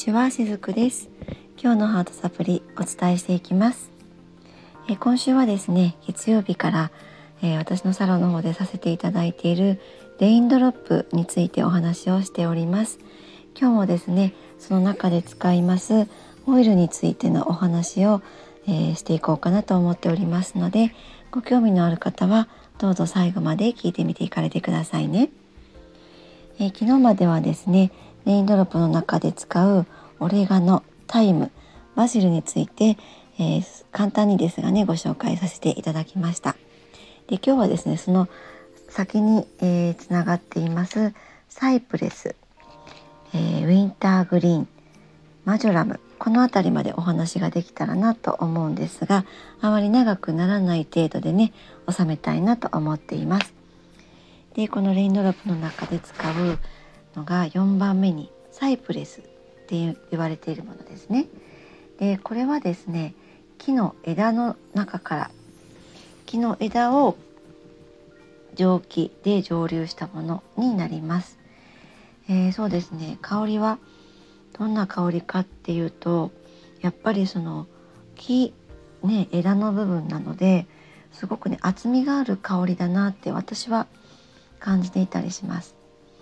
ちは、しずくです。今日のハートサプリお伝えしていきます。今週はですね、月曜日から、私のサロンの方でさせていただいているレインドロップについてお話をしております。今日もですね、その中で使いますオイルについてのお話を、していこうかなと思っておりますので、ご興味のある方はどうぞ最後まで聞いてみていかれてくださいね。昨日まではですね、レインドロップの中で使うオレガノ、タイム、バジルについて、簡単にですがねご紹介させていただきました。で、今日はですね、その先に、つながっていますサイプレス、ウィンターグリーン、マジョラム、この辺りまでお話ができたらなと思うんですが、あまり長くならない程度でね収めたいなと思っています。で、このレインドロップの中で使うのが4番目にサイプレスって言われているものですね。で、これはですね、木の枝の中から木の枝を蒸気で蒸留したものになります。そうですね、香りはどんな香りかっていうと、やっぱりその木ね、枝の部分なのですごくね厚みがある香りだなって私は感じていたりします。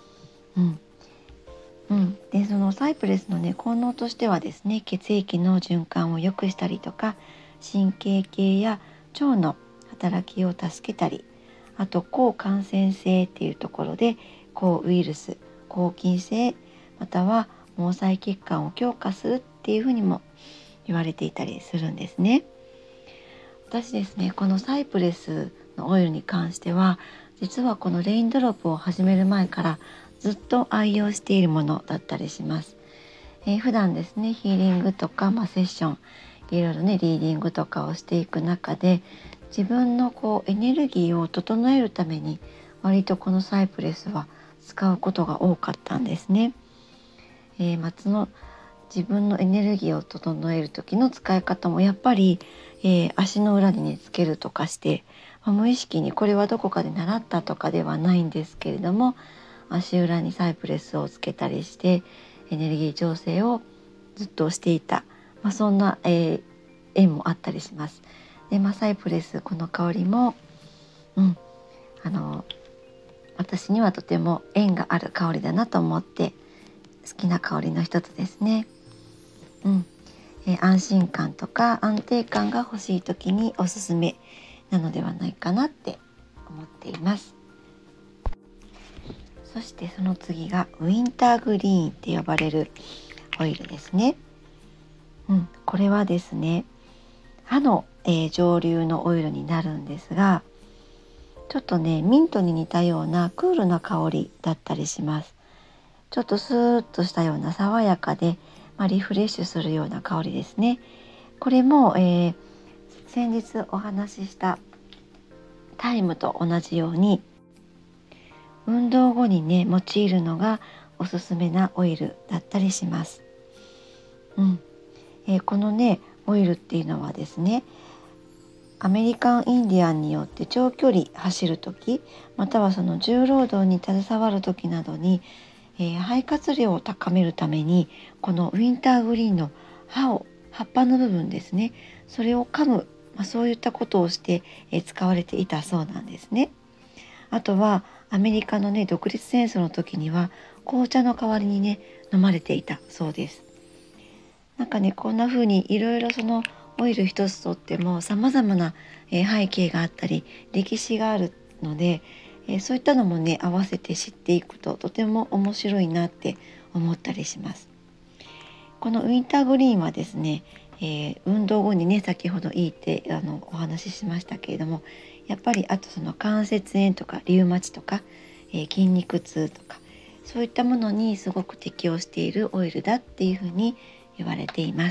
で、そのサイプレスのね効能としてはですね、血液の循環を良くしたりとか、神経系や腸の働きを助けたり、あと抗感染性っていうところで抗ウイルス、抗菌性、または毛細血管を強化するっていうふうにも言われていたりするんですね。私ですね、このサイプレスのオイルに関しては、実はこのレインドロップを始める前からずっと愛用しているものだったりします。普段ですね、ヒーリングとか、セッション、いろいろねリーディングとかをしていく中で、自分のエネルギーを整えるために割とこのサイプレスは使うことが多かったんですね。その自分のエネルギーを整える時の使い方もやっぱり、足の裏にねつけるとかして、無意識にこれはどこかで習ったとかではないんですけれども、足裏にサイプレスをつけたりしてエネルギー調整をずっとしていた、そんな、縁もあったりします。で、サイプレス、この香りも、あの私にはとても縁がある香りだなと思って好きな香りの一つですね。安心感とか安定感が欲しい時におすすめなのではないかなって思っています。そしてその次がウィンターグリーンって呼ばれるオイルですね。これはですね、歯の、蒸留のオイルになるんですが、ちょっとねミントに似たようなクールな香りだったりします。ちょっとスーッとしたような爽やかで、リフレッシュするような香りですね。これも、先日お話ししたタイムと同じように運動後にね用いるのがおすすめなオイルだったりします。このねオイルっていうのはですね、アメリカンインディアンによって長距離走る時、またはその重労働に携わる時などに、肺活量を高めるためにこのウィンターグリーンの葉っぱの部分ですね、それを噛む、そういったことをして、使われていたそうなんですね。あとはアメリカのね独立戦争の時には紅茶の代わりにね飲まれていたそうです。なんかね、こんな風にいろいろそのオイル一つとっても様々な背景があったり歴史があるので、そういったのもね合わせて知っていくととても面白いなって思ったりします。このウィンターグリーンはですね、運動後にね先ほどいいってお話ししましたけれども、やっぱりあとその関節炎とかリウマチとか、筋肉痛とかそういったものにすごく適応しているオイルだっていうふうに言われています。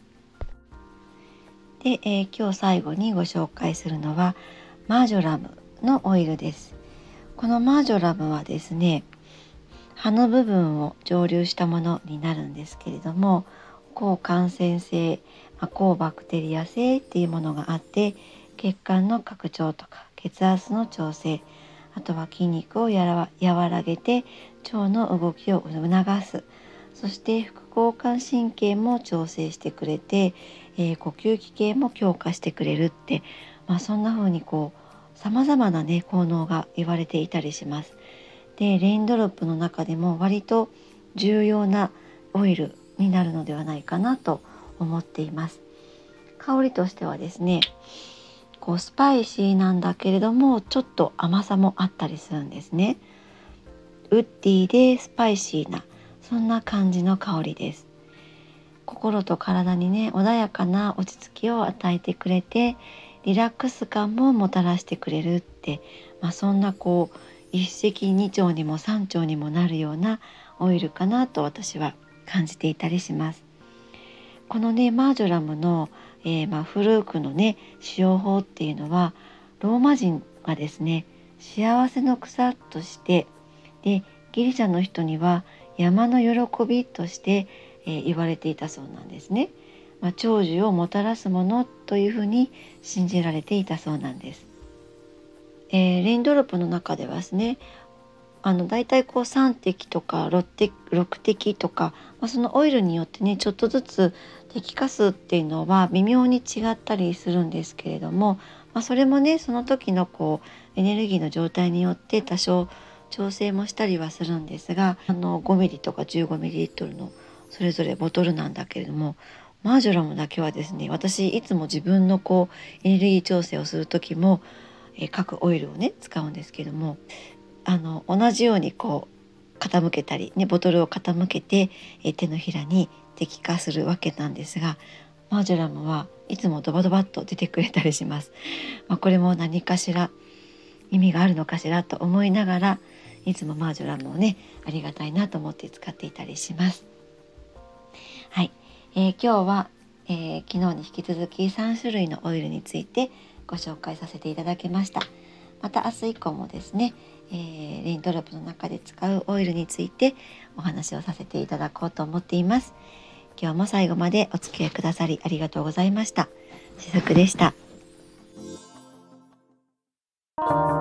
で、今日最後にご紹介するのはマージョラムのオイルです。このマージョラムはですね、葉の部分を蒸留したものになるんですけれども、抗感染性、抗バクテリア性っていうものがあって、血管の拡張とか血圧の調整、あとは筋肉を和らげて腸の動きを促す、 そして副交感神経も調整してくれて、呼吸器系も強化してくれるって、そんな風に様々なね効能が言われていたりします。でレインドロップの中でも割と重要なオイルになるのではないかなと思っています。香りとしてはですね、スパイシーなんだけれどもちょっと甘さもあったりするんですね。ウッディでスパイシーな、そんな感じの香りです。心と体にね穏やかな落ち着きを与えてくれて、リラックス感ももたらしてくれるって、そんな一石二鳥にも三鳥にもなるようなオイルかなと私は感じていたりします。このねマージョラムの、古くのね使用法っていうのは、ローマ人がですね幸せの草として、でギリシャの人には山の喜びとして、言われていたそうなんですね。長寿をもたらすものというふうに信じられていたそうなんです。レインドロップの中ではですね、だいたい3滴とか6滴とか、そのオイルによってねちょっとずつ滴下数っていうのは微妙に違ったりするんですけれども、それもねその時のエネルギーの状態によって多少調整もしたりはするんですが、5ミリとか15ミリリットルのそれぞれボトルなんだけれども、マージョラムだけはですね、私いつも自分のエネルギー調整をする時も、各オイルをね使うんですけども、同じように傾けたり、ね、ボトルを傾けて、手のひらに滴下するわけなんですが、マージョラムはいつもドバドバッと出てくれたりします。これも何かしら意味があるのかしらと思いながら、いつもマージョラムをねありがたいなと思って使っていたりします。はい、今日は、昨日に引き続き3種類のオイルについてご紹介させていただきました。また明日以降もですね、レインドロップの中で使うオイルについてお話をさせていただこうと思っています。今日も最後までお付き合いくださりありがとうございました。しずくでした。